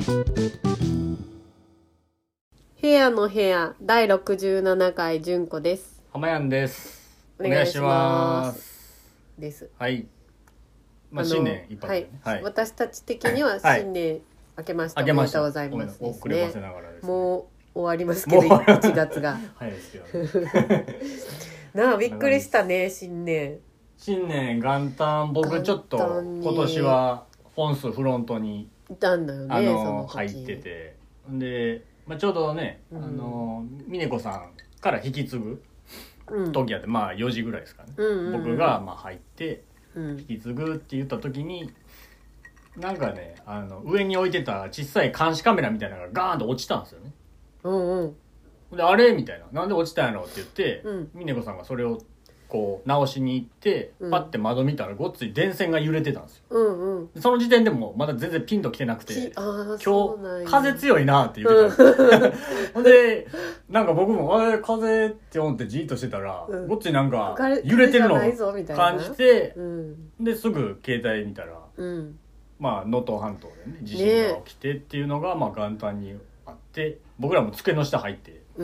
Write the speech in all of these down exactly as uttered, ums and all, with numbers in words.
部屋の部屋だいろくじゅうななかい純子です。 浜やんです。 お願いしますです。 はい、まあ、新年一発目、ねはいはい、 私たち的には新年明けました、はい、おめでとうございますですね。 遅ればせながらですね。 もう終わりますけどいちがつが早いですけど、ね、 なあびっくりしたね。新年新年元旦僕ちょっと今年は本数フロントにいたんだよね。 あのその入っててで、まあ、ちょうどね、うん、あの峰子さんから引き継ぐ時やって、うん、まあよじぐらいですかね、うんうんうん、僕がまあ入って引き継ぐって言った時になんかねあの上に置いてた小さい監視カメラみたいなのがガーンと落ちたんですよね、うんうん、であれみたいななんで落ちたんやろって言って、うん、峰子さんがそれをこう直しに行ってパッて窓見たらごっつい電線が揺れてたんですよ、うんうん、その時点でもまだ全然ピンと来てなくて今日風強いなって言ってたんです、うん、でなんか僕もあれ風って思ってじーっとしてたら、うん、ごっついなんか揺れてるのを感じて、うん、ですぐ携帯見たら、うん、まあ能登半島でね地震が起きてっていうのがまあ元旦にあって僕らも机の下入ってうん、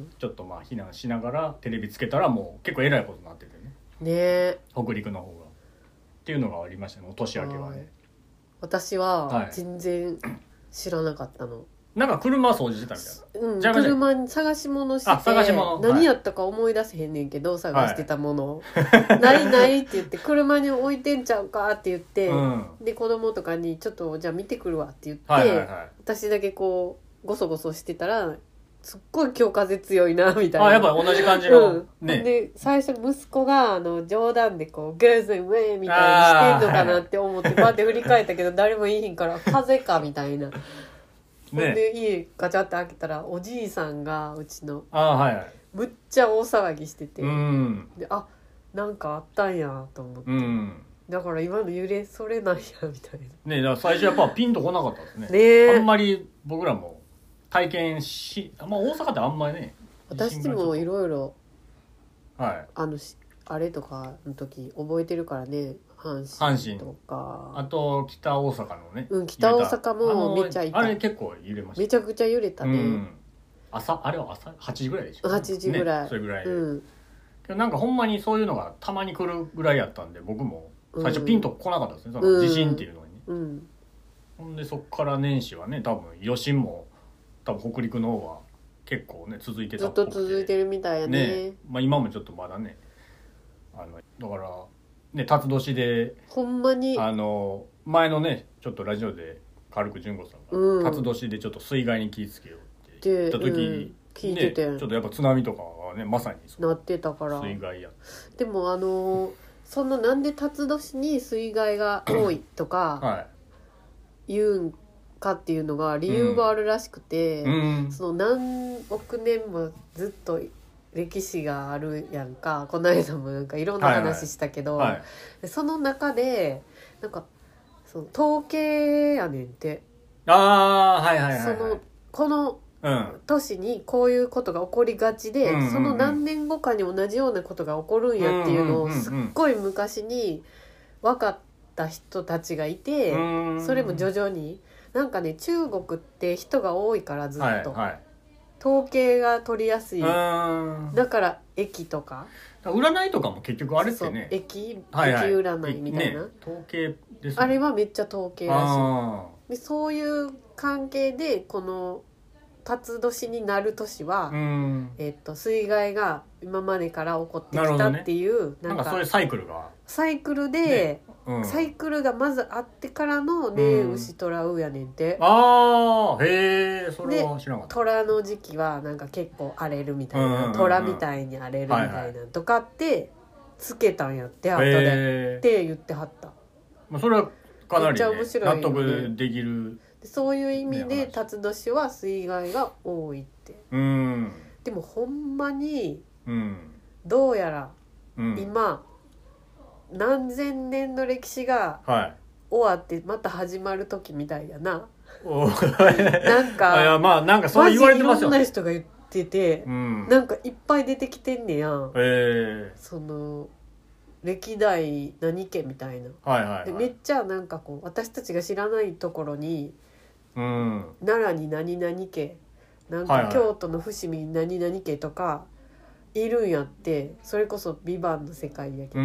ちょっとまあ避難しながらテレビつけたらもう結構えらいことになっててね。ね北陸の方がっていうのがありましたね。年明けはね。 私は全然知らなかったの。 はい、なんか車掃除してたみたいな。 うん、じゃあ車に探し物してて探し物何やったか思い出せへんねんけど、はい、探してたもの、はい、ないないって言って車に置いてんちゃうかって言って、うん、で子供とかにちょっとじゃあ見てくるわって言って、はいはいはい、私だけこうゴソゴソしてたらすっごい今日風強いなみたいな。 あ、やっぱ同じ感じの、うん、 ね。で最初息子があの冗談でこうグーズンウェイみたいにしてんのかなって思ってバーって振り返ったけど誰もいいひんから風かみたいな。ね、で家ガチャって開けたらおじいさんがうちのあ、はいはい、むっちゃ大騒ぎしてて、うん、であなんかあったんやと思って、うん、だから今の揺れそれなんやみたいな。 ね、だから最初やっぱピンとこなかったですね。ねあんまり僕らも体験し、まあ、大阪ってあんまりね私もいろいろあのあれとかの時覚えてるからね。阪神とかあと北大阪のね、 うん、北大阪もめっちゃいた。 あれ結構揺れました。 めちゃくちゃ揺れたね、うん、 朝あれは朝はちじぐらいでしょ、ね、 はちじぐらい、 ね、それぐらいで、うん、なんかほんまにそういうのがたまに来るぐらいやったんで僕も最初ピンと来なかったですね、うん、その地震っていうのにね、うんうん、ほんでそっから年始はね多分余震も多分北陸の方は結構ね続いてたっぽくてずっと続いてるみたいや ね, ね、 まあ、今もちょっとまだねあのだからね辰年でほんまにあの前のねちょっとラジオで軽く純子さんが辰、うん、年でちょっと水害に気をつけようって言った時、うん、 聞いてて、 ね、ちょっとやっぱ津波とかはねまさになってたから水害やでもあのそのなんで辰年に水害が多いとか言うんかっていうのが理由があるらしくて、うん、その何億年もずっと歴史があるやんか。この間もなんかいろんな話したけど、はいはい、その中でなんかその統計やねんて。 あーはいはいはい、はい、 そのこの年にこういうことが起こりがちで、うん、その何年後かに同じようなことが起こるんやっていうのをすっごい昔に分かった人たちがいて、うん、それも徐々になんかね中国って人が多いからずっと、はいはい、統計が取りやすい。だから駅とか占いとかも結局あれってね駅、はいはい、駅占いみたいな、ね、 統計です、ね、 あれはめっちゃ統計らしい。でそういう関係でこの辰年になる年は、うんえっと、水害が今までから起こってきたっていう、 ね、なんかそういうサイクルがサイクルで、ねうん、サイクルがまずあってからのね、うん、牛虎うやねんて。 ああへえそれは知らなかった。 虎の時期はなんか結構荒れるみたいな、うんうんうん、虎みたいに荒れるみたいなとかってつけたんやって後でって言ってはった。 まあ、それはかなり、ね、納得できる。 そういう意味で辰年は水害が多いって、うん、でもほんまに、うん、どうやら今、うん、何千年の歴史が終わってまた始まる時みたいやな、はい、なんかいや、まあ、なんかそう言われてますよね。マジいろんな人が言ってて、うん、なんかいっぱい出てきてんねやん、えー、その歴代何家みたいな、はいはいはい、でめっちゃなんかこう私たちが知らないところにうん、 奈良に何々家なんか京都の伏見に何々家とかいるんやって、それこそビバンの世界やけど、うん、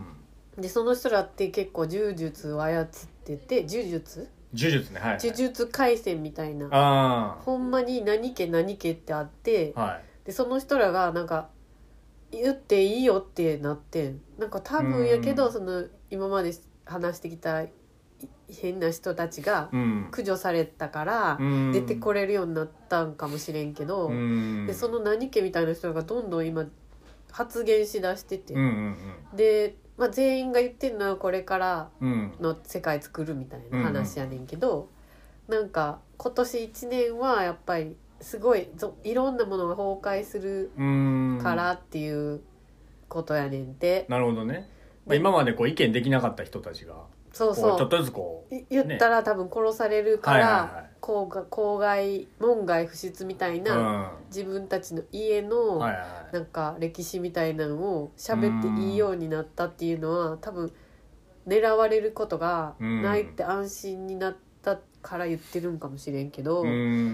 でその人らって結構呪術を操ってて、呪術呪術ね、はい、 呪術廻戦みたいな、あほんまに何家何家ってあって、はい、でその人らがなんか言っていいよってなってん、なんか多分やけど、うん、その今まで話してきた変な人たちが駆除されたから出てこれるようになったんかもしれんけど、うん、でその何家みたいな人がどんどん今発言しだしてて、うんうんうん、で、まあ、全員が言ってるのはこれからの世界作るみたいな話やねんけど、うんうん、なんか今年いちねんはやっぱりすごいいろんなものが崩壊するからっていうことやねんて。 なるほどね、まあ、今までこう意見できなかった人たちがそうそうちょっとずつこう、ね、 言ったら多分殺されるから、はいはいはい、公が公害門外不出みたいな、うん、自分たちの家の、はいはい、なんか歴史みたいなのを喋っていいようになったっていうのは多分狙われることがないって安心になったから言ってるんかもしれんけど、うん、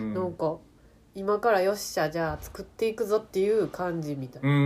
なんか今からよっしゃじゃあ作っていくぞっていう感じみたいな、うん、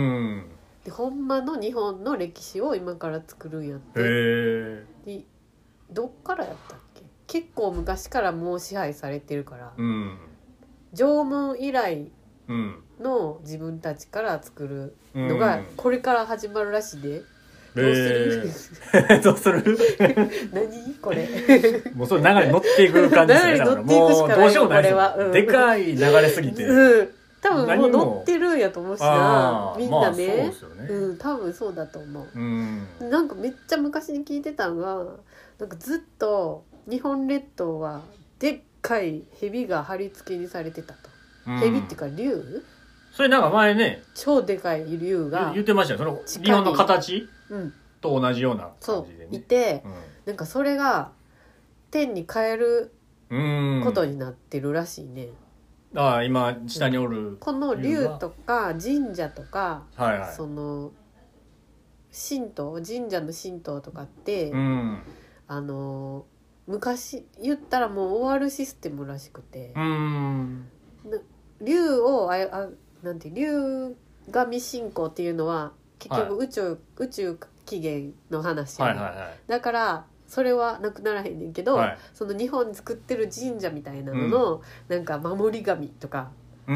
でほんまの日本の歴史を今から作るんやって。へでどっからやったっけ、結構昔からもう支配されてるから、うん、縄文以来の自分たちから作るのがこれから始まるらしいで、どうする、 えー、どうする何これもうそれ流れ乗っていく感じですね。 流れ乗っていくしかない、もうどうしようもないです、これは、うん、 でかい流れすぎて、 うん、多分もう乗ってるんやと思うしな、みんなね、まあ、そうですよね、 うん、多分そうだと思う、うん、なんかめっちゃ昔に聞いてたのが、なんかずっと日本列島はでっかい蛇が貼り付けにされてたと、うん、蛇っていうか竜、 それなんか前ね超でかい竜が言ってましたよ、その日本の形、うん、と同じような感じでね、 そういて、うん、なんかそれが天に変えることになってるらしいね。 ああ今下におる、うん、 この竜とか神社とか、はいはい、その神道神社の神道とかって、うん、あの昔言ったらもう終わるシステムらしくて、うん竜をああなんて竜神信仰っていうのは結局宇宙、はい、宇宙起源の話やね、はいはいはい、だからそれはなくならへんねんけど、はい、その日本に作ってる神社みたいなのの、うん、なんか守り神とか、うん、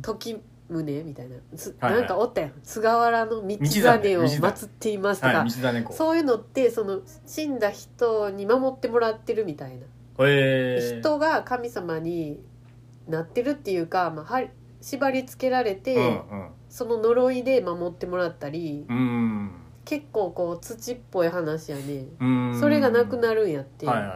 時宗みたいな、はいはい、なんかおったやん、菅原道真を祀っていますとか、はい、そういうのってその死んだ人に守ってもらってるみたいな、人が神様になってるっていうか、まあ、縛り付けられて、うんうん、その呪いで守ってもらったり、うん、結構こう土っぽい話やね、うん、それがなくなるんやって、はいはいはい、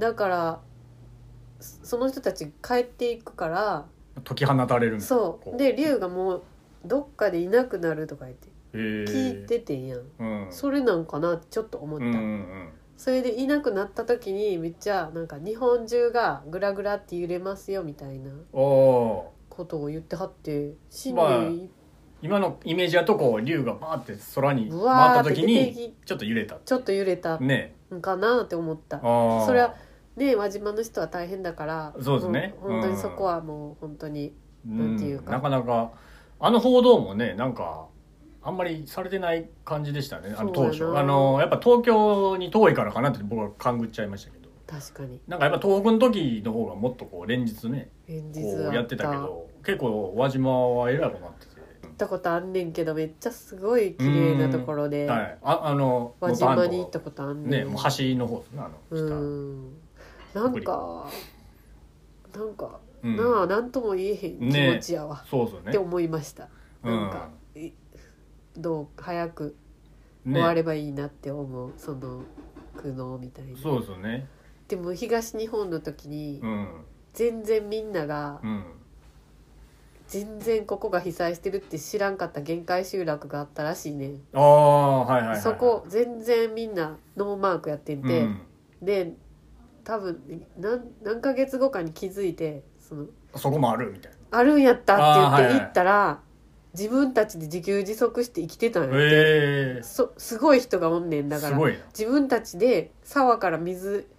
だからその人たち帰っていくから解き放たれるんだ、 そうで竜がもうどっかでいなくなるとか言って聞いててんやん、うん、それなんかなってちょっと思った、うんうんうん、それでいなくなった時にめっちゃなんか日本中がグラグラって揺れますよみたいなことを言ってはって、新年、まあ、 今のイメージだとこう竜がバーって空に回った時にちょっと揺れたちょっと揺れたねかなって思った。それはね輪島の人は大変だから、 そうですね、 本当にそこはもう本当に、うん、なんていうかなかなかあの報道もねなんかあんまりされてない感じでしたね、あの当初。あのやっぱ東京に遠いからかなって僕は勘ぐっちゃいましたけど、 確かになんかやっぱ東北の時の方がもっとこう連日ね連日こうやってたけど、結構輪島はえらいことなってて、 行ったことあんねんけどめっちゃすごい綺麗なところで、 はい、ああの輪島に行ったことあんねん、 ね、もう橋の方ですね、あの下、 うんなんかなんか、うん、なあなんとも言えへん気持ちやわ、ね、 そうそうねって思いました。なんか、うん、どう早く終わればいいなって思う、ね、その苦悩みたいな。 そうですよね。 でも東日本の時に、うん、全然みんなが、うん、全然ここが被災してるって知らんかった限界集落があったらしいね。 ああ、はいはいはい、はい、 そこ全然みんなノーマークやってんて、うん、で多分 何, 何ヶ月後かに気づいてそのそこもあるみたいな、 あるんやったって言って行ったら、はいはい、自分たちで自給自足して生きてたんやって、えー、そすごい人がおんねんだから自分たちで沢から水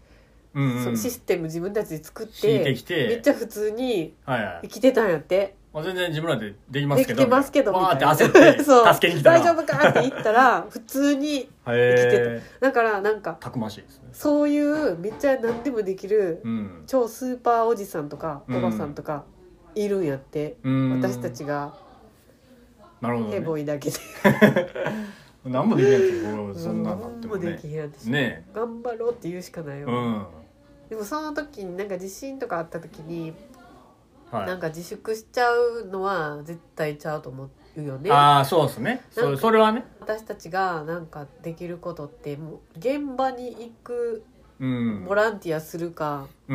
うんうん、 システム自分たちで作っててきてめっちゃ普通に生きてたんやって、 はいはいまあ、全然自分らでできますけどできてますけどわーって焦って助けに来たら大丈夫かって言ったら普通に生きてただからなんかたくましいですね。 そういうめっちゃ何でもできる、 うん、 超スーパーおじさんとかおばさんとかいるんやって、うん、私たちがヘボいだけで何もできないですよそんなのってもね。 何もできへん私、 ね、 頑張ろうって言うしかないよ、 うん、 でもその時になんか地震とかあった時にはい、 なんか自粛しちゃうのは絶対ちゃうと思うよね。 ああそうですね。そそれはね。 私たちがなんかできることってもう現場に行く、うん、ボランティアするか、うん、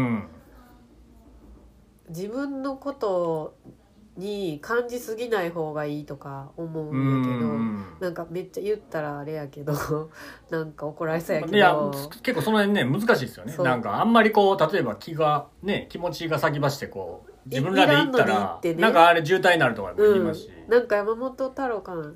自分のことに感じすぎない方がいいとか思うんだけど、うん、なんかめっちゃ言ったらあれやけどなんか怒られそうやけど、いや結構その辺ね難しいですよね。なんかあんまりこう例えば気がね気持ちが先走ってこう自分らで行ったら、ね、なんかあれ渋滞になるとかも言いますし、 うん、なんか山本太郎かな行って、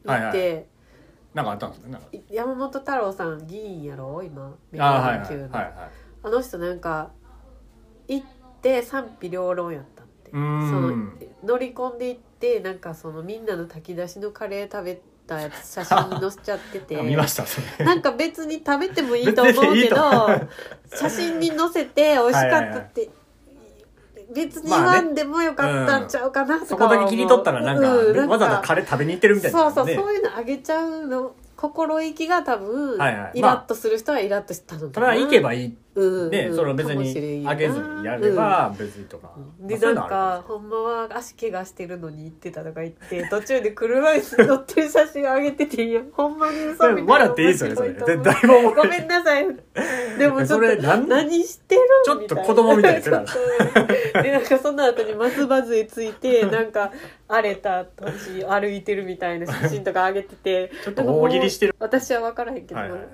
はいはい、 なんかあったんですかね。 山本太郎さん議員やろ今メガバン級の、はいはいはいはい、 あの人なんか行って賛否両論やったって。その乗り込んでいってなんかそのみんなの炊き出しのカレー食べたやつ写真に載せちゃってて見ましたそれ。 なんか別に食べてもいいと思うけど写真に載せて美味しかったって、はいはい別に言わんでもよかったんちゃうかなとか、 そこだけ切り取ったらなんか、うん、なんかわざわざカレー食べに行ってるみたいな、 ね、そうそうそういうのあげちゃうの心意気が多分、はいはい、イラッとする人はイラッとしたのかな。 ただ行けばいい、うんね、それは別にあげずにやれば別にとか、 うん、でなんかほんまは足怪我してるのに行ってたとか言って途中で車椅子に乗ってる写真あげてていやほんまに嘘みたいな笑っていいですよねそれ絶対もごめんなさいでもちょっと何してるちょっと子供みたいですよでなんかその後に松葉杖ついてなんか荒れた土地歩いてるみたいな写真とかあげててちょっと大喜利してる。 私は分からへんけど、はいはい、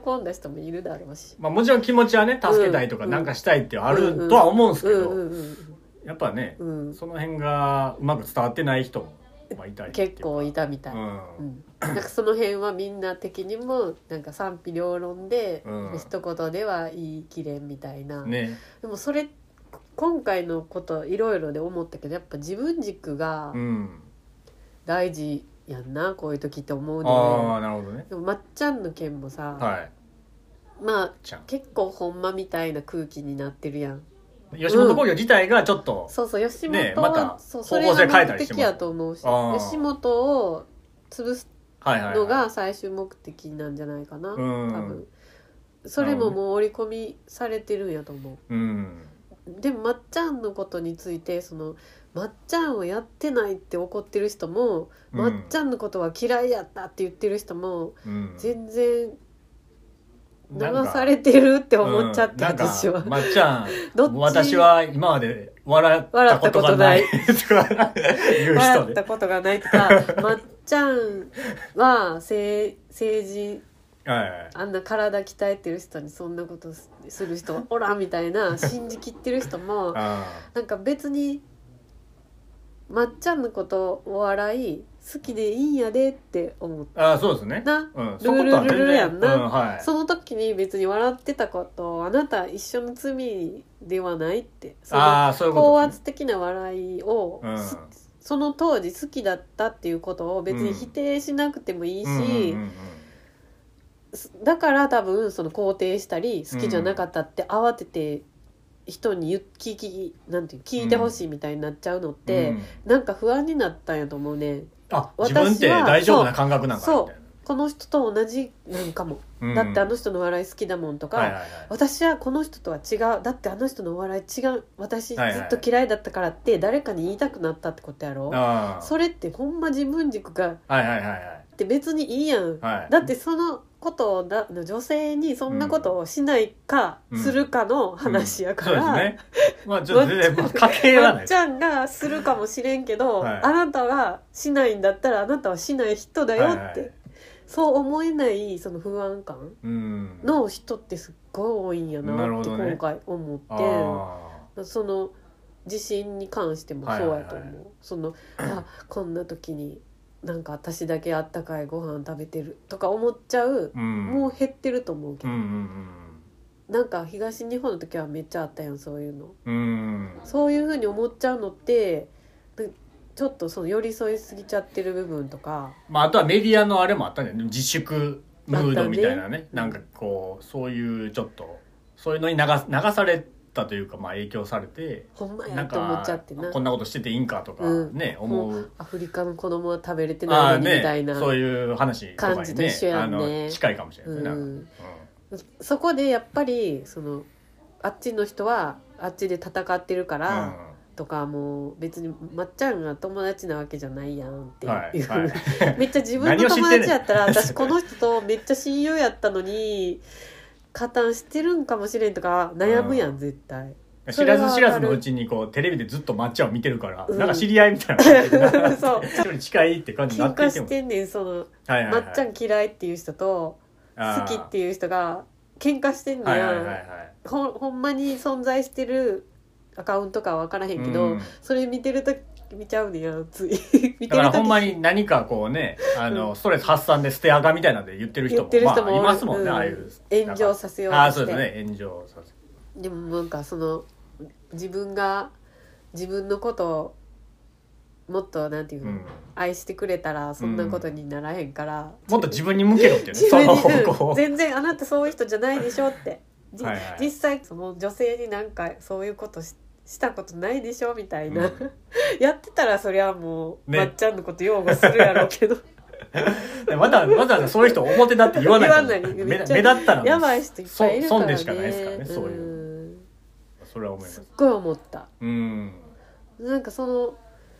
喜んだ人もいるだろうし、 まあ、もちろん気持ちはね助けたいとかなんかしたいってあるとは思うんですけどやっぱね、うん、その辺がうまく伝わってない人もいたり結構いたみたい、うんうん、なんかその辺はみんな的にもなんか賛否両論で、うん、一言では言い切れんみたいな、ね、でもそれ今回のこといろいろで思ったけどやっぱ自分軸が大事やんな、こういう時って思うので、あ、なるほどね、 でもまっちゃんの件もさ、はい、まあ結構ほんまみたいな空気になってるやん。 吉本興業自体がちょっと、 うん、そうそう吉本は、 ね、またそうそれが目的やと思うし吉本を潰すのが最終目的なんじゃないかな、はいはいはい、多分それももう織り込みされてるんやと思う、うん、でもまっちゃんのことについてそのまっちゃんをやってないって怒ってる人も、うん、まっちゃんのことは嫌いやったって言ってる人も、うん、全然流されてるって思っちゃって、うん、私はまっちゃん私は今まで笑ったことがないとか言う人で笑ったことがないとかまっちゃんは政治はいはい、あんな体鍛えてる人にそんなことする人おらんみたいな信じきってる人もなんか別にまっちゃんのことお笑い好きでいいんやでって思った。 あ、そうですね。 な、うん、ルールルルルやんな、うん、はい、その時に別に笑ってたことあなた一緒の罪ではないってその高圧的な笑いを、うん、その当時好きだったっていうことを別に否定しなくてもいいし、うんうんうんうん、だから多分その肯定したり好きじゃなかったって慌てて人に言聞きなんていう聞いてほしいみたいになっちゃうのって、うん、なんか不安になったんやと思うね。 あ、自分って大丈夫な感覚なんかみたいな。 そうこの人と同じなんかも、うん、だってあの人の笑い好きだもんとか、はいはいはい、私はこの人とは違うだってあの人のお笑い違う私ずっと嫌いだったからって誰かに言いたくなったってことやろ、はい、それってほんま自分軸が、はいはいはいはい、って別にいいやん、はい、だってそのことをだ女性にそんなことをしないか、うん、するかの話やから、うんうん、そうですね、まあ、ちょっと全然家系はないまっちゃんがするかもしれんけど、はい、あなたがしないんだったらあなたはしない人だよって、はいはい、そう思えないその不安感の人ってすっごい多いんやなって今回思って、ね、その地震に関してもそうやと思う、はいはいはい、そのあこんな時になんか私だけあったかいご飯食べてるとか思っちゃう、うん、もう減ってると思うけど、うんうんうん、 なんか東日本の時はめっちゃあったやんそういうの。うんそういう風に思っちゃうのってちょっとその寄り添いすぎちゃってる部分とか、 まあ、あとはメディアのあれもあったね、自粛ムードみたいな ね, ねなんかこうそういうちょっとそういうのに流流されたというか、まあ、影響されてほんまやと思っちゃってな、 こんなことしてていいんかとかね、うん、思う。 アフリカの子供は食べれてないのにみたいな、 ね、そういう話とかに、ね、 感じと一緒やんね。 あの近いかもしれないですね、うんうんそこでやっぱりそのあっちの人はあっちで戦ってるから、うんとかもう別にまっちゃんが友達なわけじゃないやんっていう、はいはい、めっちゃ自分の友達やったら私この人とめっちゃ親友やったのに加担してるんかもしれんとか悩むやん、うん、絶対知らず知らずのうちにこうテレビでずっとまっちゃんを見てるから、うん、なんか知り合いみたいなそう一人近いって感じになっていても喧嘩してんねんその、はいはいはい、まっちゃん嫌いっていう人と好きっていう人が喧嘩してんねん、はいはいはいはい、ほ, ほんまに存在してるアカウントかは分からへんけど、うん、それ見てると見ちゃうねやつい見てるだからほんまに何かこうねあの、うん、ストレス発散で捨てアカみたいなんで言ってる人も、 人もまあ、いますもんね、うん、ああいう炎上させようとして。 あそうですね炎上させでもなんかその自分が自分のことをもっとなんていうの、うん、愛してくれたらそんなことにならへんから、 うん、もっと自分に向けろっていうねその方向全然あなたそういう人じゃないでしょってはい、はい、実際その女性になんかそういうことししたことないでしょみたいな、うん、やってたらそりゃもう、ね、まっちゃんのこと擁護するやろうけどまだわざわざそういう人表だって言わないと言わない目, 目立ったらやばい人いっぱいいるからね。 損でしかないですからね、そういう、うん、それは思います。 すっごい思った、うん、なんかその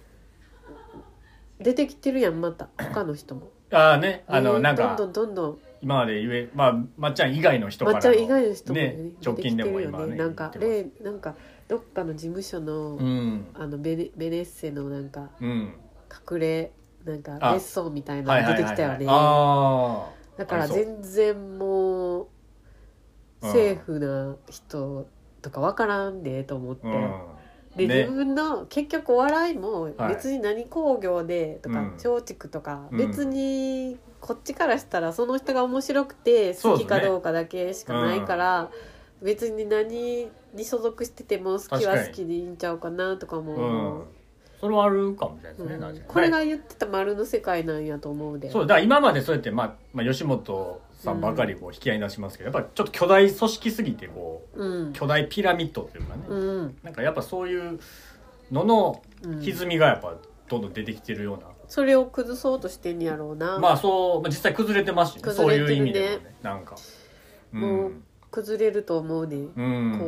出てきてるやんまた他の人もああねあの、 ね、 なんかどんどんどんどん今まで言えまあまっちゃん以外の人からのまっちゃん以外の人もね、 ね直近でも今ねなんか例なんかどっかの事務所の、うん、あのベネ、ベネッセのなんか、うん、隠れなんか別荘みたいなの出てきたよね。だから全然もう政府な人とかわからんでと思って、うん、で、ね、自分の結局お笑いも別に何興行でとか松竹とか別にこっちからしたらその人が面白くて好きかどうかだけしかないから、別に何に所属してても好きは好きでいいんちゃうかなとかも、うん、 それはあるかもしれないですね、うん、 これが言ってた丸の世界なんやと思うで。 そうだから今までそうやって、まあまあ、吉本さんばかりこう引き合いに出しますけど、やっぱちょっと巨大組織すぎてこう、うん、巨大ピラミッドっていうかね、うん、なんかやっぱそういうのの歪みがやっぱどんどん出てきてるような、 それを崩そうとしてんやろうな。 まあそう、まあ、実際崩れてますし、ね、そういう意味でもねなんか、 うん、もう崩れると思うね、うん、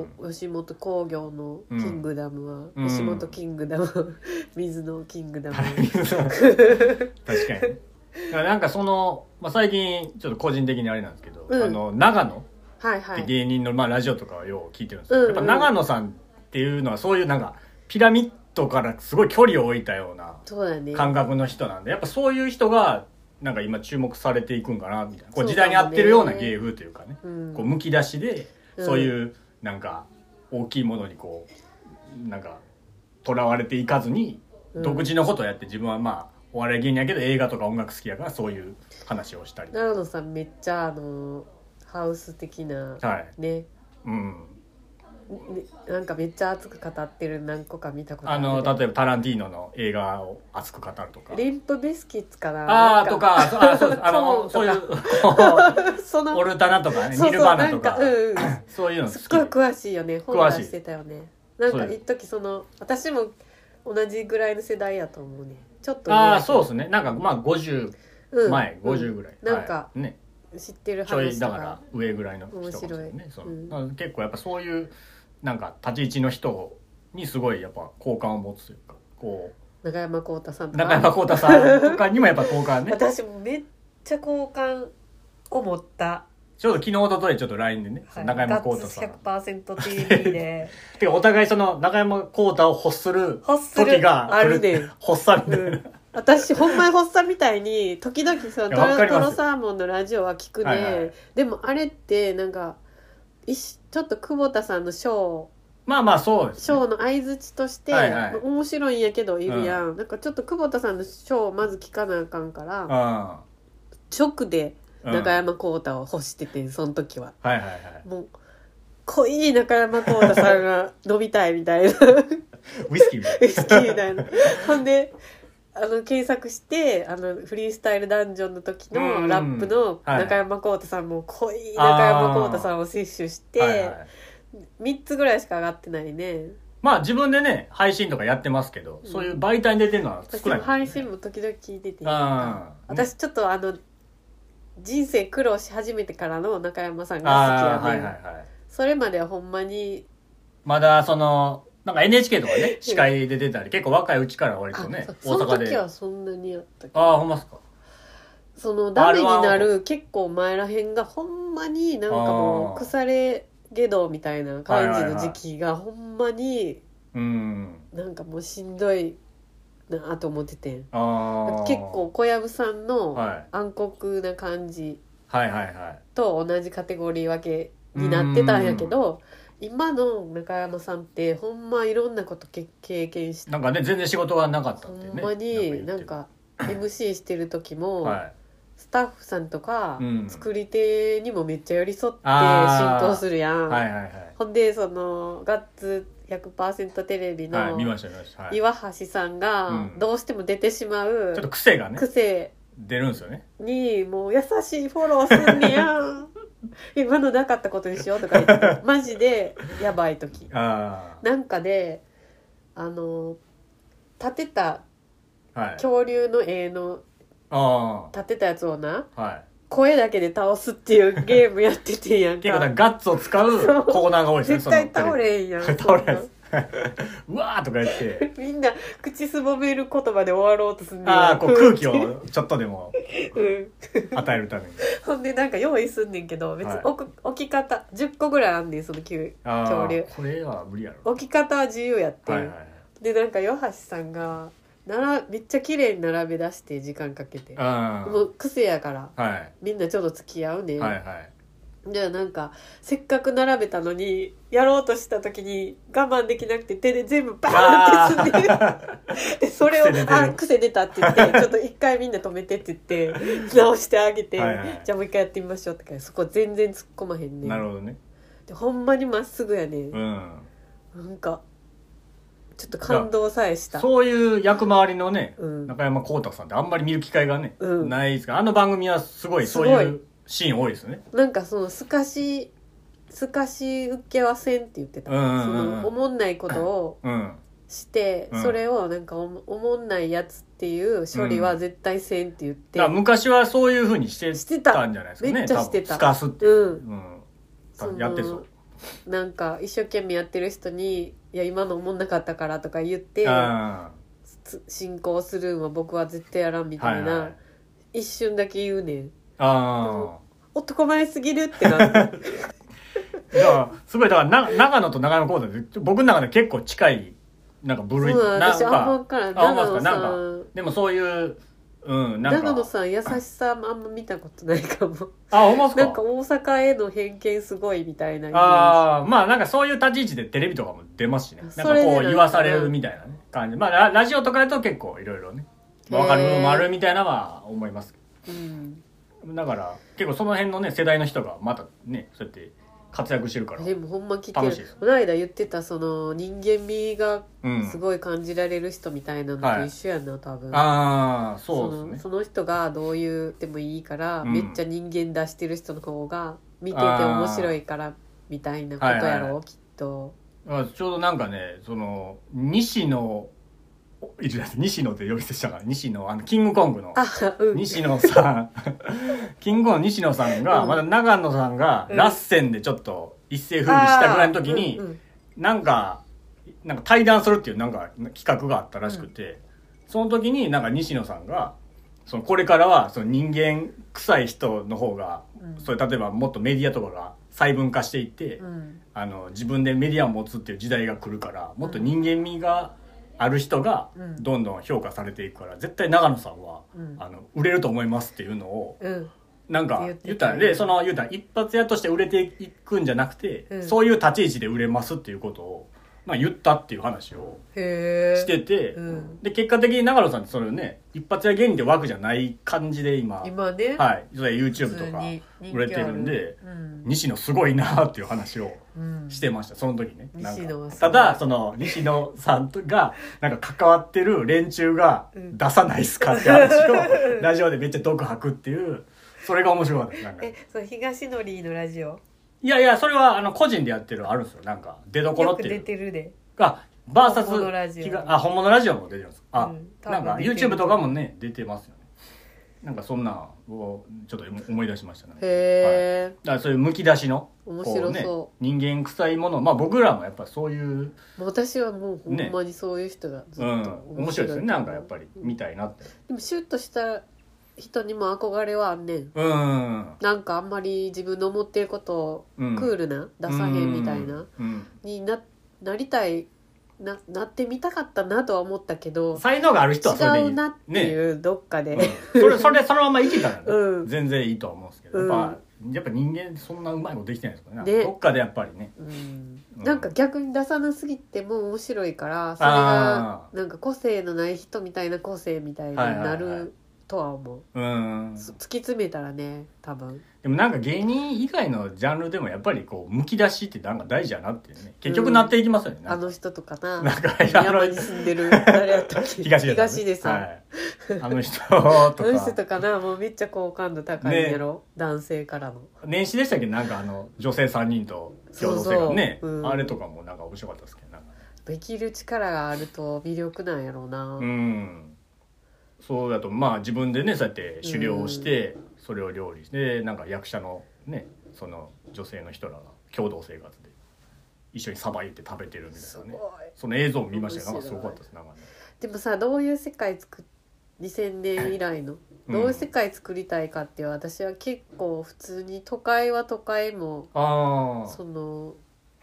こう吉本興業のキングダムは、うん、吉本キングダム水のキングダム確かになんかその、まあ、最近ちょっと個人的にあれなんですけど、うん、あの長野って芸人の、まあ、ラジオとかをよう聞いてるんですけど、うんうん、やっぱ長野さんっていうのはそういうなんかピラミッドからすごい距離を置いたような感覚の人なんで、やっぱそういう人がなんか今注目されていくんかなみたいな、こう時代に合ってるような芸風というかね、うん、こうむき出しでそういうなんか大きいものにこうなんかとらわれていかずに独自のことをやって、自分はまあお笑い芸人やけど映画とか音楽好きやからそういう話をしたり。 長野さんめっちゃあのハウス的な、はい、ね、うん、なんかめっちゃ熱く語ってる何個か見たことある。 あの例えばタランティーノの映画を熱く語るとか、 リンプビスキッツかなあーとか、あそうですあのそういうそのオルタナとかね、ニルバーナとか、うん、そういうの好きすっごい詳しいよね。本出してたよね。なんか一時その私も同じぐらいの世代やと思うね。ちょっとああそうですね。なんかまあごじゅう前、うん、ごじゅうぐらい、 なんか、はい、ね、知ってる話とかちょいだから上ぐらいの人が、ね、面白い、その、うん、結構やっぱそういうなんか立ち位置の人にすごいやっぱ好感を持つというか、こう中山浩太さんとか中山浩太さんとかにもやっぱ好感ね私もめっちゃ好感を持った。 ちょうど昨日おとといちょっと ライン でね、はい、中山浩太さんひゃくパーセント ティーブイ でてかお互いその中山浩太を欲する時があるね。 欲さみたいな、うん、 私ほんまに発作みたいに時々そのトロトロサーモンのラジオは聞くね、はいはい、でもあれってなんかちょっと久保田さんのショーまあまあそうです、ね、 ショーの相槌として、はいはい、面白いんやけどいるやん、うん、なんかちょっと久保田さんのショーをまず聞かなあかんから、うん、直で中山浩太を欲しててその時は、 はいはいはい、 もう濃い中山浩太さんが飲みたいみたいなウイスキーみたいなウイスキーみたいなほんであの検索してあのフリースタイルダンジョンの時のラップの中山浩太さんも濃い中山浩太さんを摂取して、はいはい、みっつぐらいしか上がってないね。 まあ自分でね配信とかやってますけど、うん、そういう媒体に出てるのは少ない、ね、 私も配信も時々聞いてていいか、ね、私ちょっとあの人生苦労し始めてからの中山さんが好きやね、はいはいはい、それまではほんまにまだそのなんか エヌエイチケー とかね司会で出たり結構若いうちから割とね大阪でその時はそんなにやったけどああほんまっすか。 そのダメになる結構前らへんがほんまになんかもう腐れゲドみたいな感じの時期がほんまになんかもうしんどいなと思ってて、あ結構小籔さんの暗黒な感じと同じカテゴリー分けになってたんやけど、今の中山さんってほんまいろんなこと経験してなんかね全然仕事がなかったってねほんまになんか エムシー してる時も、はいスタッフさんとか作り手にもめっちゃ寄り添って進行するやん、はいはいはい、ほんでそのガッツ ひゃくパーセント テレビの岩橋さんがどうしても出てしまうちょっと癖がね癖出るんですよねにもう優しいフォローすんねやん今のなかったことにしようとか言ってマジでやばい時なんかであの立てた恐竜の絵の立ってたやつをな、はい、声だけで倒すっていうゲームやっててんやんか結構だガッツを使うコーナーが多いですね絶対倒れんやん倒れんうわーとか言ってみんな口すぼめる言葉で終わろうとすんねんあこう空気をちょっとでも与えるためにほんでなんか用意すんねんけど別に置く、置き方じゅっこぐらいあんねんその恐竜これは無理やろ置き方は自由やって、はいはい、でなんか岩橋さんがならめっちゃ綺麗に並べ出して時間かけてもう癖やから、はい、みんなちょっと付き合うね、はいはい、じゃあなんかせっかく並べたのにやろうとした時に我慢できなくて手で全部バーンって積んででそれをあ癖出たって言ってちょっと一回みんな止めてって言って直してあげてはい、はい、じゃあもう一回やってみましょうってそこ全然突っ込まへんね。 なるほどね。 でほんまにまっすぐやね、うん、なんかちょっと感動さえしたそういう役回りのね、うん、中山浩太さんってあんまり見る機会がね、うん、ないですからあの番組はすごいそういうシーン多いですよね。 なんかそのすかしすかし受けはせんって言ってた、うんうんうん、そのおもんないことをして、うん、それをなんか お, おもんないやつっていう処理は絶対せんって言って、 うん、昔はそういう風にしてたんじゃないですかね。 めっちゃしてたすかすって、うんうん、やってそうなんか一生懸命やってる人にいや今の思んなかったからとか言って進行するんは僕は絶対やらんみたいな、はいはい、一瞬だけ言うねん。あ男前すぎるってなってだからすごいだからな長野と長野講座で僕の中で結構近いなんか部類なんか私あんまから長野さんでもそういううん、 なんか長野さん優しさあんま見たことないかも。 あ、ほんまですか。 なんか大阪への偏見すごいみたいな。 ああ、まあなんかそういう立ち位置でテレビとかも出ますしね。なんかこう言わされるみたいな、ね、感じ。まあララジオとかだと結構いろいろね、わかる部分もあるみたいなのは思いますけど。うん、だから結構その辺のね世代の人がまたねそうやって活躍してるからでもほんま聞ける。この間言ってたその人間味がすごい感じられる人みたいなのと一緒やな、うん、多分。 ああそうですね。 その、その人がどう言ってもいいから、うん、めっちゃ人間出してる人の方が見てて面白いからみたいなことやろう、はいはい、きっと。 あちょうどなんかねその西野西野って呼び捨てしたから西野あのキングコングの西野さん、うん、キングコングの西野さんが、うん、まだ長野さんがラッセンでちょっと一世風靡したぐらいの時に、うんうん、なんかなんか対談するっていうなんか企画があったらしくて、うん、その時になんか西野さんがそのこれからはその人間臭い人の方が、うん、それ例えばもっとメディアとかが細分化していって、うん、あの自分でメディアを持つっていう時代が来るからもっと人間味がある人がどんどん評価されていくから、うん、絶対長野さんは、うん、あの売れると思いますっていうのを、うん、なんか言ったらでその言ったら一発屋として売れていくんじゃなくて、うん、そういう立ち位置で売れますっていうことをまあ、言ったっていう話をしてて、 うん、 で結果的に長野さんってそれをね一発や原理で枠じゃない感じで今今ね、 はい、YouTube とか売れてるんで、うん、西野すごいなっていう話をしてました、うん、その時ね。なんかただその西野さんがなんか関わってる連中が出さないっすかって話をラジオでめっちゃ毒吐くっていう、それが面白かったです。なんかえそう東のりのラジオ、 いやいや、それはあの個人でやってるあるんですよ。なんか出どころっていう。 よく出てるで。 あ、バーサス本物ラジオ。 あ、本物ラジオも出てるんです。あ、 うん、 なんか YouTube とかもね出てますよね。なんかそんなをちょっと思い出しましたね。 へえ、 はい。だからそういうむき出しの面白そう、ね、 人間臭いもの、まあ僕らもやっぱそういう。 私はもうほんまにそういう人がずっと面白い、 ね、うん、面白いですよね。なんかやっぱり見たいなって。 でもシュッとした人にも憧れはあんねん、 うん、 なんかあんまり自分の思ってることをクールな、うん、出さへんみたいな、うん、に な, なりたい な, なってみたかったなとは思ったけど、 才能がある人はそれでいい、 違うなっていう、ね、どっかで、 うん、それそれそのまま生きたら、ね、うん、全然いいとは思うんですけど、やっぱ、うん、やっぱ人間そんなうまいことできてないですからね、どっかでやっぱりね、 うんうん、なんか逆に出さなすぎても面白いから、それがなんか個性のない人みたいな個性みたいになる、はいはいはい、とは思う。うん、突き詰めたらね、多分。 でもなんか芸人以外のジャンルでもやっぱりこうむき出しってなんか大事やなってね、結局なっていきますよね。うん、 あの人とかな、 なんか山に住んでる誰やったっけ、東出さん、東出さん、はい、 あの人とかあの人とかな、もうめっちゃ好感度高いんやろ、ね、男性からの。 年始でしたっけ、なんかあの女性さんにんと共同生活ね、そうそう、うん、あれとかもなんか面白かったですけど、なんかできる力があると魅力なんやろうな。 うん。そうだとまあ自分でねそうやって狩猟をしてそれを料理してなんか役者のねその女性の人らが共同生活で一緒にさばいて食べてるみたいなね、その映像を見ましたよ。なんかすごかったですなんかね。 でもさ、どういう世界作っにせんねん以来のどういう世界作りたいかっていう、私は結構普通に都会は都会もあその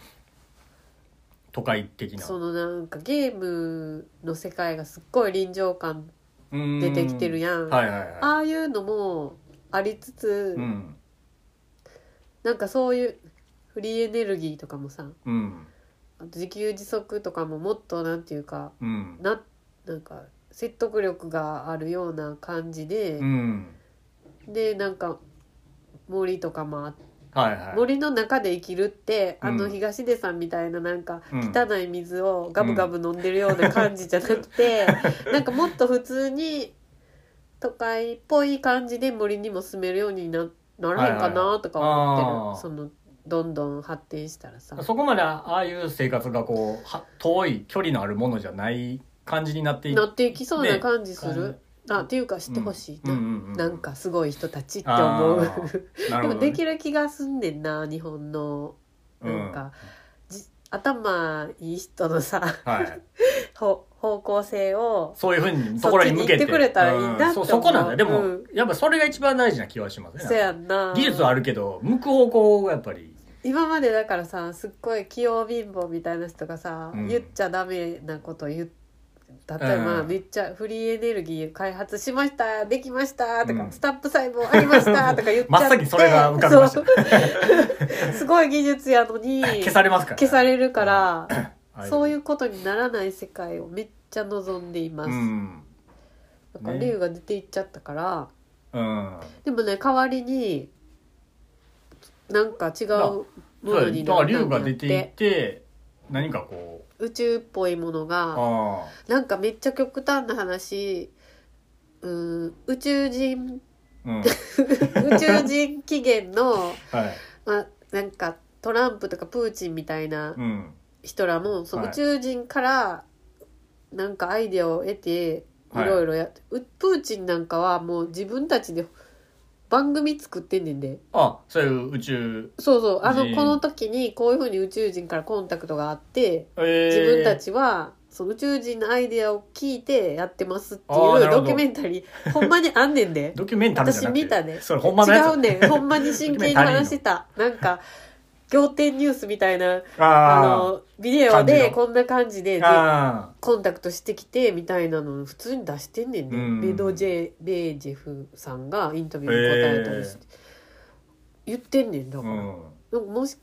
都会的なそのなんかゲームの世界がすっごい臨場感出てきてるやん、 はいはいはい、 ああいうのもありつつ、うん、なんかそういうフリーエネルギーとかもさ、 うん、 あと自給自足とかももっとなんていうか、 うん、 な, なんか説得力があるような感じで、 うん、 でなんか森とかもあって、 はいはい、 森の中で生きるってあの東出さんみたいななんか汚い水をガブガブ飲んでるような感じじゃなくて、うん、なんかもっと普通に都会っぽい感じで森にも住めるように な, ならへんかなとか思ってる、はいはい、そのどんどん発展したらさ、 そこまでああいう生活がこう遠い距離のあるものじゃない感じになっていなっていきそうな感じする、あっていうか知ってほしいな、うんうんうんうん、なんかすごい人たちって思うでもできる気がすんねんな、日本のなんか、うん、頭いい人のさ、 はい、 方向性をそういうふうにところに向けてそっちに行ってくれたらいいなって思う、 うん、そ, そこなんだ。でも、うん、やっぱそれが一番大事な気はしますね。 そうやんな。 技術はあるけど向く方向がやっぱり今までだからさ、すっごい器用貧乏みたいな人がさ、うん、言っちゃダメなこと言って例えば、うん、めっちゃフリーエネルギー開発しましたできましたとか、うん、スタップ細胞ありましたとか言っちゃって真っ先にそれが浮かびましたすごい技術やのに消されますから、ね、 消されるから、うん、そういうことにならない世界をめっちゃ望んでいます、うん、だから竜が出ていっちゃったから、 うん、 でもね代わりになんか違うものになったんだって。 竜が出ていって何かこう宇宙っぽいものがなんかめっちゃ極端な話、うん、宇宙人、うん、宇宙人起源の、はい、まあ、なんかトランプとかプーチンみたいな人らも、うん、その宇宙人からなんかアイデアを得ていろいろやって、はい、プーチンなんかはもう自分たちで番組作ってんねんで。 あ、そういう宇宙そうそう、あのこの時にこういう風に宇宙人からコンタクトがあって、えー、自分たちはその宇宙人のアイデアを聞いてやってますっていうドキュメンタリーほんまにあんねんでドキュメンタリーじゃなくて私見たね。 それほんまのやつ。 違うねん、ほんまに真剣に話してたなんか仰天ニュースみたいな あ, あのビデオでこんな感じ で, でコンタクトしてきてみたいなの普通に出してんねんね、うん、メドジェベージェフさんがインタビューに答えたりして、えー、言ってんねんだから、うん、もし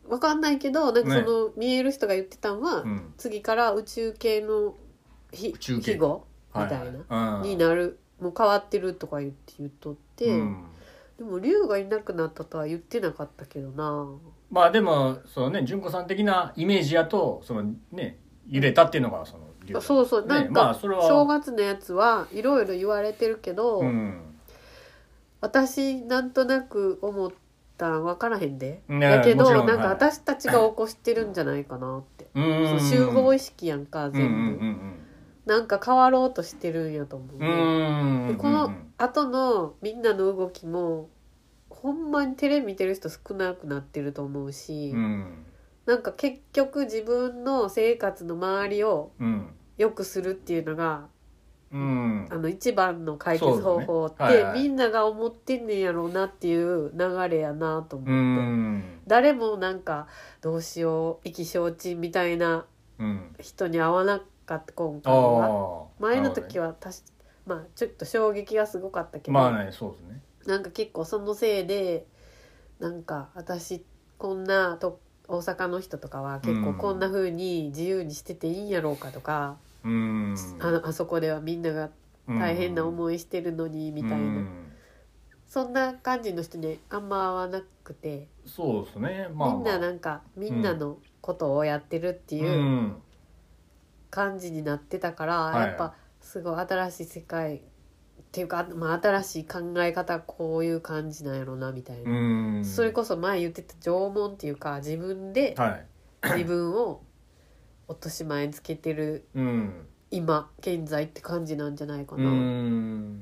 分かんないけどなんかその、ね、見える人が言ってたんは、うん、次から宇宙系のひ記号みたいな、はいはい、になるもう変わってるとか言って言っとって、うん、でも龍がいなくなったとは言ってなかったけどな。 まあでもそのね純子さん的なイメージやとそのね揺れたっていうのがその龍、そうそう、なんか、ね、まあ、それは正月のやつはいろいろ言われてるけど、うん、私なんとなく思ったん分からへんで、ね、だけどなんか私たちが起こしてるんじゃないかなって、はい、集合意識やんか全部、うんうんうん、なんか変わろうとしてるんやと思う、ね、うんうんうん、でこの後のみんなの動きもほんまにテレビ見てる人少なくなってると思うし、うん、なんか結局自分の生活の周りを良くするっていうのが、うん、あの一番の解決方法って、はいはい、みんなが思ってんねんやろうなっていう流れやなと思って、うん、誰もなんかどうしよう意気消沈みたいな人に会わなかった今回は、うん、前の時はたし、まあ、ちょっと衝撃がすごかったけど、 まあね、そうですね、 なんか結構そのせいでなんか私こんなと大阪の人とかは結構こんな風に自由にしてていいんやろうかとか、うん、あ, あそこではみんなが大変な思いしてるのにみたいな、うん、そんな感じの人にあんま会わなくて、 そうですね、まあまあ、 みんななんかみんなのことをやってるっていう感じになってたから、うん、やっぱすごい新しい世界っていうか、まあ、新しい考え方こういう感じなんやろなみたいな、うん、それこそ前言ってた縄文っていうか自分で自分を落とし前につけてる、うん、今現在って感じなんじゃないかな、うん、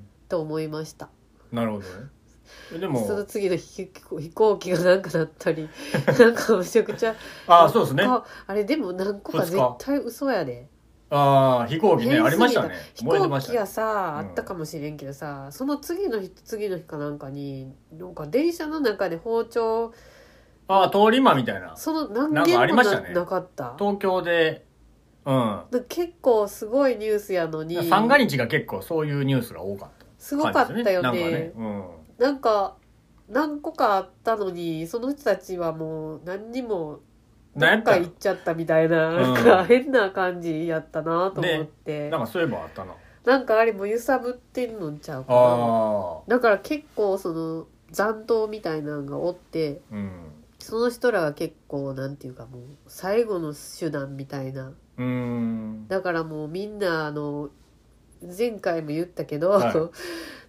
と思いました。 なるほどね。でもその次の飛行機がなんかなったりなんかめちゃくちゃああそうですね、 あれでも何個か絶対嘘やで。 ああ飛行機ねありましたね。 飛行機がさ、うん、あったかもしれんけどさ、その次の日次の日かなんかになんか電車の中で包丁、 ああ通り魔みたいな、 その何件も な, ありましたね、なかった。 東京で、うん、 結構すごいニュースやのに三が日が結構そういうニュースが多かった、 すごかったよ ね, なんかね、うん、なんか何個かあったのにその人たちはもう何にもどっか行っちゃったみたいな、なんか変な感じやったなと思って、 ね、なんかそういえばあったな、 なんかあれも揺さぶってんのんちゃうかな。だから結構その残党みたいなのがおって、うん、その人らが結構なんていうかもう最後の手段みたいな、うん、だからもうみんなあの前回も言ったけど、はい、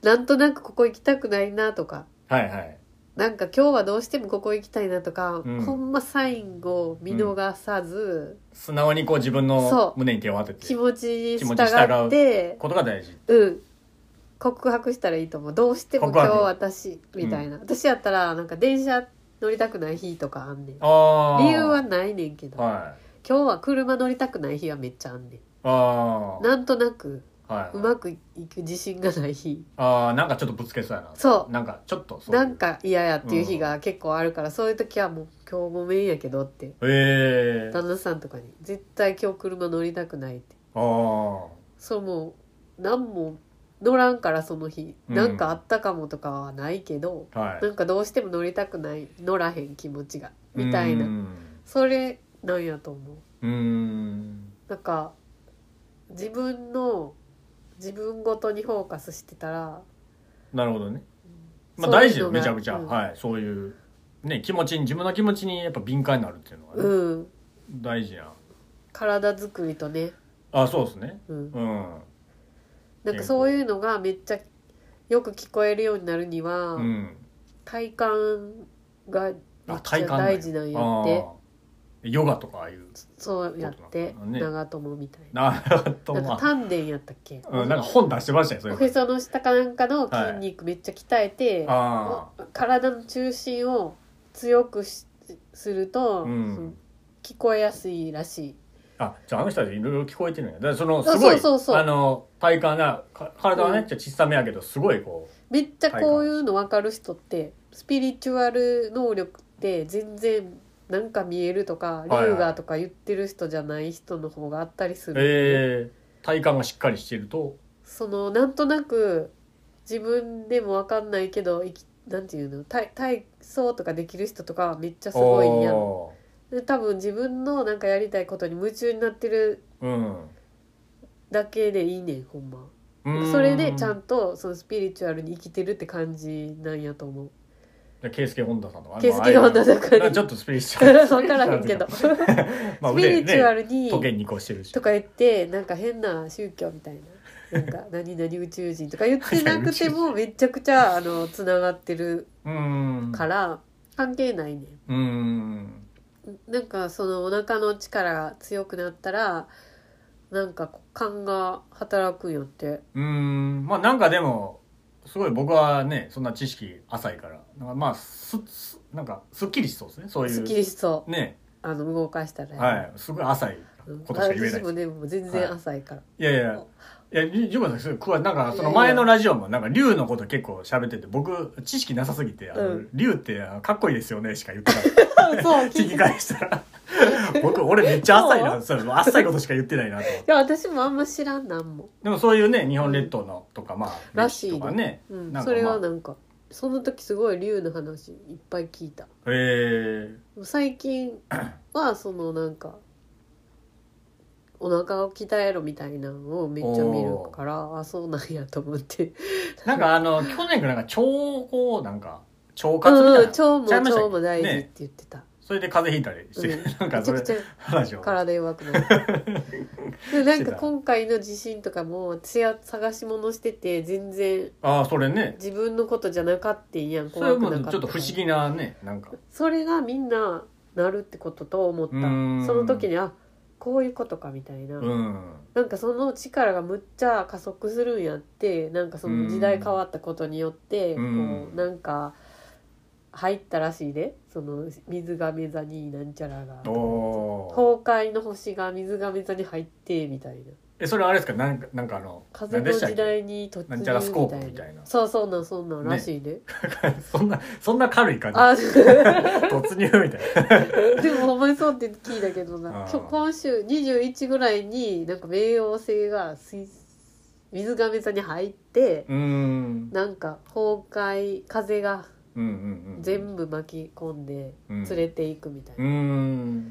なんとなくここ行きたくないなとか、はいはい、なんか今日はどうしてもここ行きたいなとか、うん、ほんまサインを見逃さず、 うん、素直にこう自分の胸に手を当てて気持ちに従ってことが大事、 うん、告白したらいいと思う。どうしても今日私みたいな、うん、私やったらなんか電車乗りたくない日とかあんねん。あ理由はないねんけど、はい、今日は車乗りたくない日はめっちゃあんねん。あなんとなくはいはい、うまくいく自信がない日、 ああなんかちょっとぶつけそうやな、 そうなんかちょっとそうなんか嫌やっていう日が結構あるから、うん、そういう時はもう今日ごめんやけどって、えー、旦那さんとかに絶対今日車乗りたくないって、あそうもう何も乗らんからその日、うん、なんかあったかもとかはないけど、はい、なんかどうしても乗りたくない乗らへん気持ちがみたいな、それなんやと思う。うーんなんか自分の自分ごとにフォーカスしてたら、 なるほどね、まあ大事よめちゃくちゃ、うん、はいそういうね気持ちに自分の気持ちにやっぱ敏感になるっていうのはね、うん、大事な体作りとね、 あそうですね、うん、 うん、なんかそういうのがめっちゃよく聞こえるようになるには、うん、体感がめっちゃ大事なんやって。 ヨガとかああいうそうやって、ね、長友みたいな長友なんか丹田やったっけ、 うん、なんか本出してましたよそれ。 おへその下かなんかの筋肉めっちゃ鍛えて、はい、体の中心を強くしすると、うん、聞こえやすいらしい。 あじゃああの人たちいろいろ聞こえてるんや。だからそのすごいそうそうそうあの体幹が体はね、うん、ちょっと小さめやけどすごいこうめっちゃこういうの分かる人ってスピリチュアル能力って全然なんか見えるとか龍がとか言ってる人じゃない人の方があったりする、ね、 えー、体幹がしっかりしてるとそのなんとなく自分でも分かんないけどなんていうの 体, 体操とかできる人とかはめっちゃすごいんやん。 多分自分のなんかやりたいことに夢中になってるだけでいいねんほんま。それでちゃんとそのスピリチュアルに生きてるって感じなんやと思う。 ケイスケホンダさんとかケイスケホンダとかにちょっとスピリチュアル分からへんけどまあスピリチュアルに時計にこしてるしとか言ってなんか変な宗教みたいななんか何々宇宙人とか言ってなくてもめちゃくちゃあのつながってるから関係ないねん。うんなんかそのお腹の力が強くなったらなんか勘が働くんやって。 うーんまあなんかでもすごい僕はねそんな知識浅いからなんかまあすすなんかすっきりしそうですねそういうすっきりしそうねあの動かしたら、 はいすごい浅いことしか言えないです、 うん、私もねもう全然浅いから、はい、いやいやいやジュバさんすごいなんかその前のラジオもなんか竜のこと結構喋ってて僕知識なさすぎてあの、うん、竜ってかっこいいですよねしか言ってないそう聞き返したら僕俺めっちゃ浅いなそう浅いことしか言ってないなと。いや私もあんま知らんなんも。 でもそういうね日本列島のとか、うん、まあらしいとかね、 うん、それはなんかその時すごい竜の話いっぱい聞いた。へえー、 最近はそのなんかお腹を鍛えろみたいなのをめっちゃ見るからあそうなんやと思ってなんかあの去年からなんか腸をなんか腸活みたいな、うん、 腸も腸も大事って言ってた、ね、 それで風邪ひいたりして、うん、なんかそれめちゃくちゃ話を体弱くなるでなんか今回の地震とかも探し物してて全然あそれね自分のことじゃなかったんやん怖くなかった。それもちょっと不思議なねなんかそれがみんななるってことと思った。その時にあこういうことかみたいな、うん、なんかその力がむっちゃ加速するんやってなんかその時代変わったことによって、うん、こうなんか入ったらしいでその水亀座になんちゃらが崩壊の星が水亀座に入ってみたいな。 えそれはあれですかなんかなんかあの風の時代に突入みたいな。なんちゃらスコープみたいな。そうそうなんそんなんらしいで、ね、 そんなそんな軽い感じあ突入みたいなでもほんまにそうって聞いたけどな今, 今週にじゅういちぐらいになんか冥王星が水亀座に入ってうんなんか崩壊風が全部巻き込んで連れていくみたいな、うん、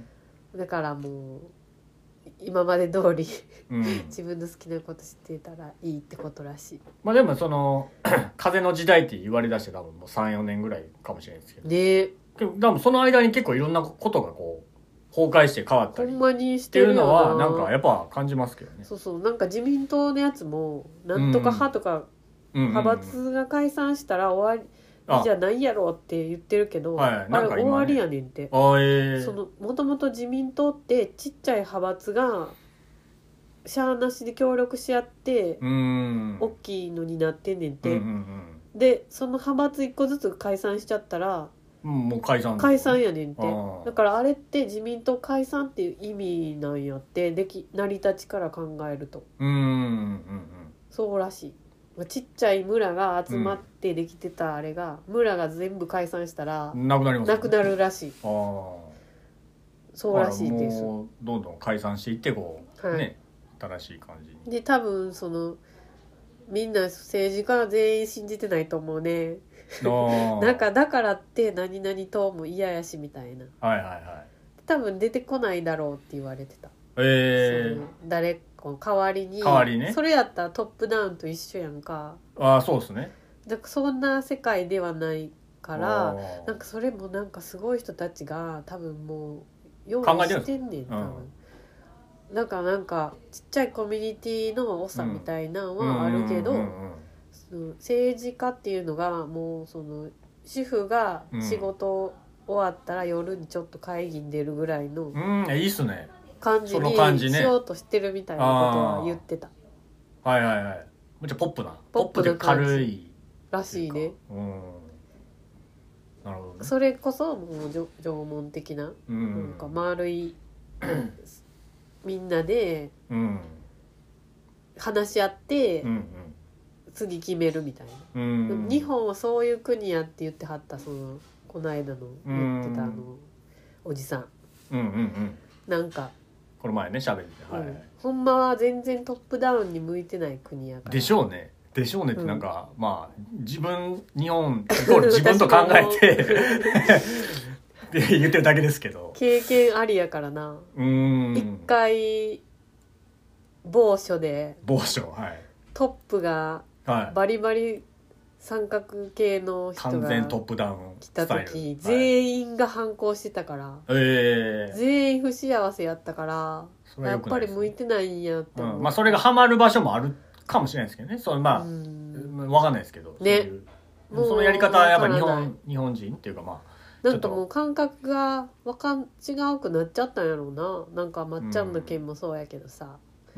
だからもう今まで通り、うん、自分の好きなこと知ってたらいいってことらしい。 まあでもその風の時代って言われだして多分もう さん,よ 年ぐらいかもしれないですけどね。でもその間に結構いろんなことがこう崩壊して変わったりほんまにしてるっていうのはなんかやっぱ感じますけどね。 そうそうなんか自民党のやつもなんとか派とか、うん、派閥が解散したら終わりじゃないやろって言ってるけど、はい、あれ終わりやねんって。あ、えー、そのもともと自民党ってちっちゃい派閥がしゃーなしで協力し合って大きいのになってんねんって、うんうんうん、でその派閥一個ずつ解散しちゃったら、 うん、もう解散解散やねんって。だからあれって自民党解散っていう意味なんやってでき成り立ちから考えると、うんうんうん、そうらしい。ちっちゃい村が集まってできてたあれが、うん、村が全部解散したらなくなります、ね、 なくなるらしい。あそうらしいです。 もうどんどん解散していってこう、はい、ね新しい感じにで多分そのみんな政治家全員信じてないと思うねなんかだからって何々党も嫌やしみたいな、はいはいはい、多分出てこないだろうって言われてた。えー、誰か代わりに代わりね。 それやったらトップダウンと一緒やんか。 ああそうですね。 だからそんな世界ではないからなんかそれもなんかすごい人たちが多分もう用意してんねん多分、うん、なんかなんかちっちゃいコミュニティの長みたいなのはあるけど、政治家っていうのがもうその主婦が仕事終わったら夜にちょっと会議に出るぐらいの、 うん、いいっすね感じにしようとしてるみたいなことは言ってた。 はいはいはい。もちろんポップなポップで軽いらしいね。うん。なるほどね。それこそもう縄文的な、うん、なんか丸いみんなで話し合って、うんうん、次決めるみたいな、うん、日本はそういう国やって言ってはったそのこの間の言ってたあのおじさん、うんうんうん、なんかこの前ね喋って、はい、 うん、ほんまは全然トップダウンに向いてない国やからでしょうねでしょうねってなんか、うん、まあ自分日本イコール自分と考えて言ってるだけですけど経験ありやからな。 うん一回某所で某所、はい、 トップがバリバリ三角形の人が完全トップダウン来た時、全員が反抗してたから、 えー、 全員不幸せやったから、やっぱり向いてないんやって思う、 うん、まあそれがハマる場所もあるかもしれないですけどね。そのまあ、うん、分かんないですけど、ね、そういうそのやり方はやっぱ日本日本人っていうか、まあなんかもう感覚がわかん違うくなっちゃったんやろうな。なんかまっちゃんの件もそうやけどさ、 うん、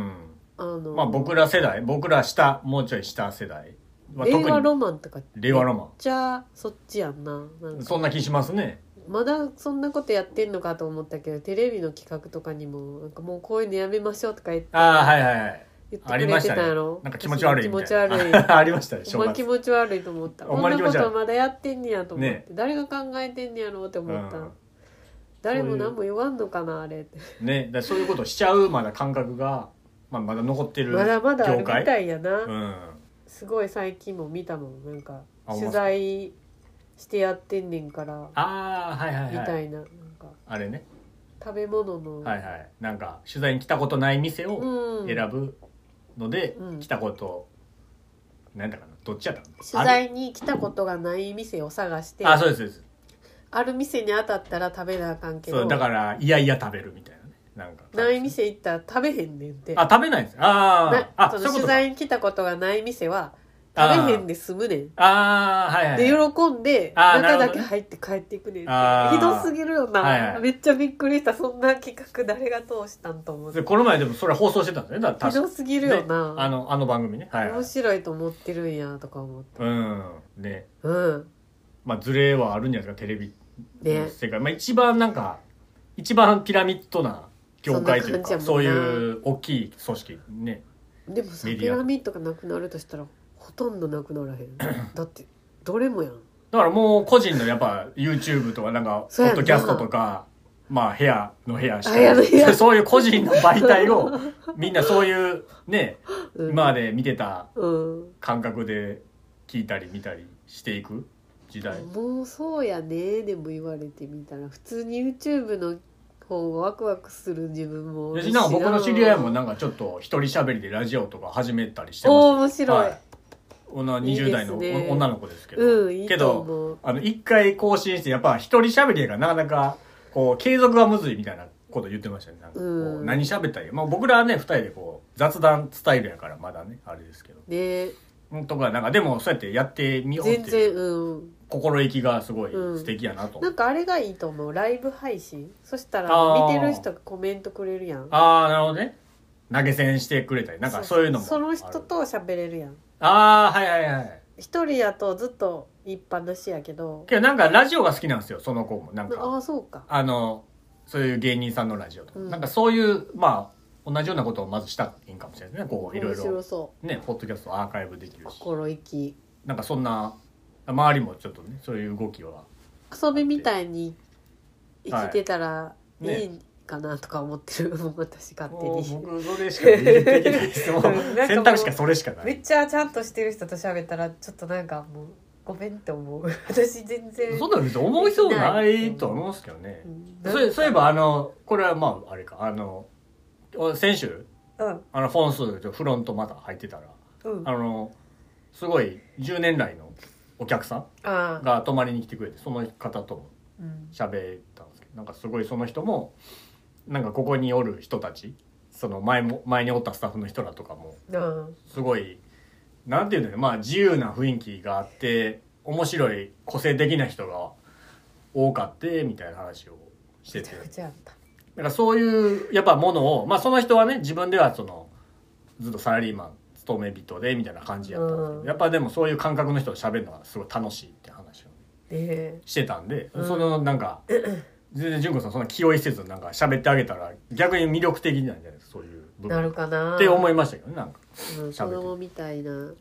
あのまあ僕ら世代、僕ら下もうちょい下世代、 令和ロマンとか令和ロマンじゃあそっちやんな。 なんかそんな気しますね。 まだそんなことやってんのかと思ったけど、テレビの企画とかにもなんかもうこういうのやめましょうとか言って、 ああはいはいはい言ってくれてたやろ、 ね、なんか気持ち悪いみたいな、 気持ち悪いありましたね。 お前気持ち悪いと思った。こんなことまだやってんねやと思って、ね、誰が考えてんねやろうって思った、うん、誰も何も言わんのかなあれってね。だそういうことしちゃうまだ感覚が、まあ、まだ残ってる業界まだまだあるみたいやな、 うん、 すごい最近も見たもん。なんか取材してやってんねんから、 あーはいはいはいみたいな、なんかあれね、 食べ物のはいはい、なんか取材に来たことない店を選ぶので、うん、来たことなんだかな、どっちやったの、 取材に来たことがない店を探して、 あそうですそうです、 ある店に当たったら食べなあかんけど、 そうだからいやいや食べるみたいなね。なんかない店行ったら食べへんねんって。 あ食べないんです。ああその取材に来たことがない店は食べへんで済むねん。 ああはいはい。 で喜んで中だけ入って帰っていくねんって。ひどすぎるよな、はいはい。めっちゃびっくりした。そんな企画誰が通したんと思って。 この前でもそれ放送してたんですね。だひどすぎるよな、 ね、あのあの番組ね、はいはい、 面白いと思ってるんやとか思って。 うんね、 うんまあズレはあるんじゃないですか、テレビね。 世界、まあ一番なんか一番ピラミッドな業界というか、そ, そういう大きい組織ね。 でもさ、ピラミッドがなくなるとしたらほとんどなくならへんだってどれもやん。 だからもう個人のやっぱ YouTube とかなんかポッドキャストとか、まあ部屋の部屋しかそういう個人の媒体をみんなそういうね、うん、今まで見てた感覚で聞いたり見たりしていく時代、 もうそうやね。でも言われてみたら普通に YouTube の方がワクワクする自分もなんか僕の知り合いもなんかちょっと一人喋りでラジオとか始めたりしてます。お面白い、 はい、にじゅう代のいい、ね、 女の子ですけど、 うん、いいと思う。 けどあの一回更新してやっぱ一人喋りやからなかなかこう継続がむずいみたいなこと言ってましたね。なんかこう、うん、何喋ったらいい、まあ、僕らはねふたりでこう雑談スタイルやからまだねあれですけどね。 とかなんかでもそうやってやってみようっていう、うん、心意気がすごい素敵やなと、 うん、なんかあれがいいと思う、ライブ配信。そしたら見てる人がコメントくれるやん。 ああなるほどね。投げ銭してくれたりなんかそういうのもその人と喋れるやん。 ああはいはいはい。 一人やとずっと一般なしやけど、 けどなんかラジオが好きなんですよ、その子も。なんかああそうか、 あのそういう芸人さんのラジオとか、うん、なんかそういうまあ同じようなことをまずしたらいいかもしれないですね。こういろいろねポッドキャストアーカイブできるし、 心意気なんかそんな周りもちょっとねそういう動きは遊びみたいに生きてたらいいかなとか思ってる、ね、私勝手に。 僕それしか見えてきないですもう選択肢がそれしかない。 めっちゃちゃんとしてる人と喋ったらちょっとなんかもうごめんって思う私全然そんな別に思いそうないと思うんですけどね、うん、そうそういえばあのこれはまああれかあの先週、うん、あのフォンスフロントまだ入ってたら、うん、あのすごいじゅうねん来のお客さんが泊まりに来てくれて、その方とも喋ったんですけど、うん、なんかすごいその人もなんかここにおる人たち、その前も前におったスタッフの人らとかもすごい、うん、なんていうんだろう、まあ自由な雰囲気があって面白い個性的な人が多かってみたいな話をしてて、めちゃくちゃあった。だからそういうやっぱものを、まあその人はね自分ではそのずっとサラリーマン勤め人でみたいな感じやったんですけど、うん、やっぱでもそういう感覚の人と喋るのがすごい楽しいって話を、ね、してたんで、うん、そのなんか、うん、全然純子さんそんな気負いせずなんか喋ってあげたら逆に魅力的なんじゃないですか、そういう部分なるかなって思いましたけどね。なんか、 うん、子供みたいな、 うん、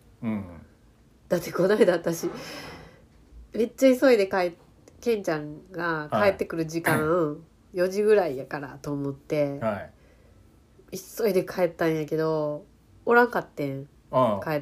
だってこの間私めっちゃ急いで帰ケンちゃんが帰ってくる時間、はい、よじぐらいやからと思って、はい、急いで帰ったんやけどおらんかってん、帰ったら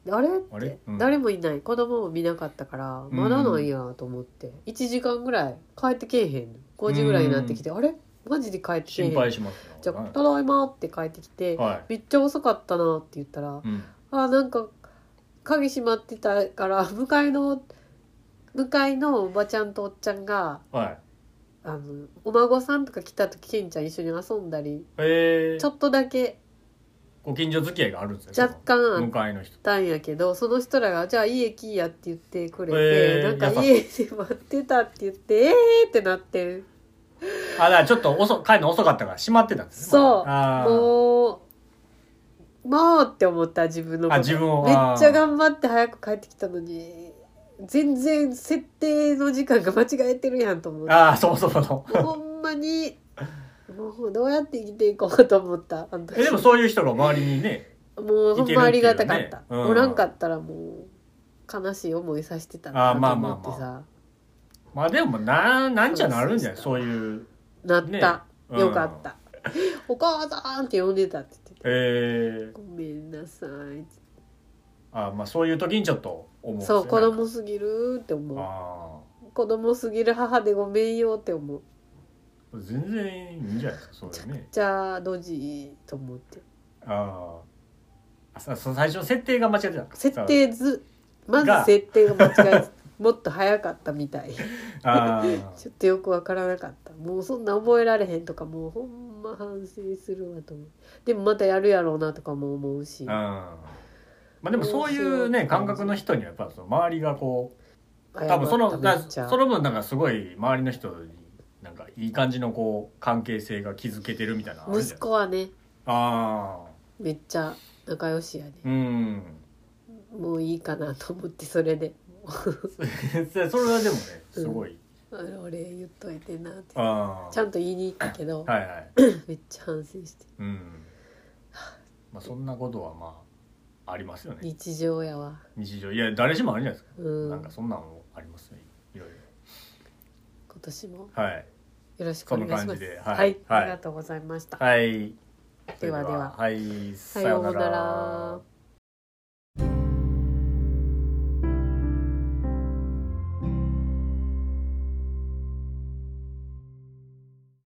あれっあれて、 うん誰もいない、子供も見なかったからまだなんやと思って、いちじかんぐらい帰ってけえへん、ごじぐらいになってきて、あれマジで帰ってけえへん、 心配しますよじゃあただいまって帰ってきて、 はい、 めっちゃ遅かったなって言ったら、 うん、 あなんか鍵閉まってたから向かいの向かいのおばちゃんとおっちゃんが、 はい、 あのお孫さんとか来た時ケンちゃん一緒に遊んだり、 えー、 ちょっとだけご近所付き合いがあるんですね、 若干あ向かいの人ったんやけど、その人らがじゃあ家来いやって言ってくれて、 えー、 なんか家で待ってたって言ってえーってなって、 あだからちょっと遅帰るの遅かったから閉まってたんですね。 そうあもうもうって思った、自分のこと。 あ自分をめっちゃ頑張って早く帰ってきたのに全然設定の時間が間違えてるやんと思って、 ああそもそものもうほんまにもうどうやって生きていこうと思ったあの時。 えでもそういう人が周りにねもうほんまありがたかった、 うん、 おらんかったらもう悲しい思いさせてたなと思ってさ。 あまあまあまあまあでもななんちゃなるんじゃない、そういうなった、ねうん、よかった、お母さんって呼んでたって言ってて、 えー、 ごめんなさいって。 あまあそういう時にちょっと思う、ね、 そう子供すぎるって思う、あ子供すぎる母でごめんよって思う。 全然いいんじゃないですか、そういうね。 じゃあドジと思って、 ああ最初の設定が間違ってた、 設定ずまず設定が間違えもっと早かったみたいあちょっとよくわからなかった、もうそんな覚えられへんとかもうほんま反省するわと思う。でもまたやるやろうなとかも思うし、 あまあでもそういうね感覚の人にはやっぱその周りがこう多分そのその分なんかすごい周りの人になんかいい感じのこう関係性が築けてるみたいな。 息子はねあめっちゃ仲良しやね、 うん、 もういいかなと思って、それでそれはでもねすごい、 うん、俺言っといてなってあちゃんと言いに行ったけどはい、はい、 めっちゃ反省して、 うんまあ、そんなことはまあありますよね、 日常やわ日常。いや誰しもあるじゃないですか、 うん、 なんかそんなのありますね、いろいろ。 今年もはいよろしくお願いします。 そんな感じで、はい、 はい、ありがとうございました。 はい、 ではでは、 はい、 さようなら。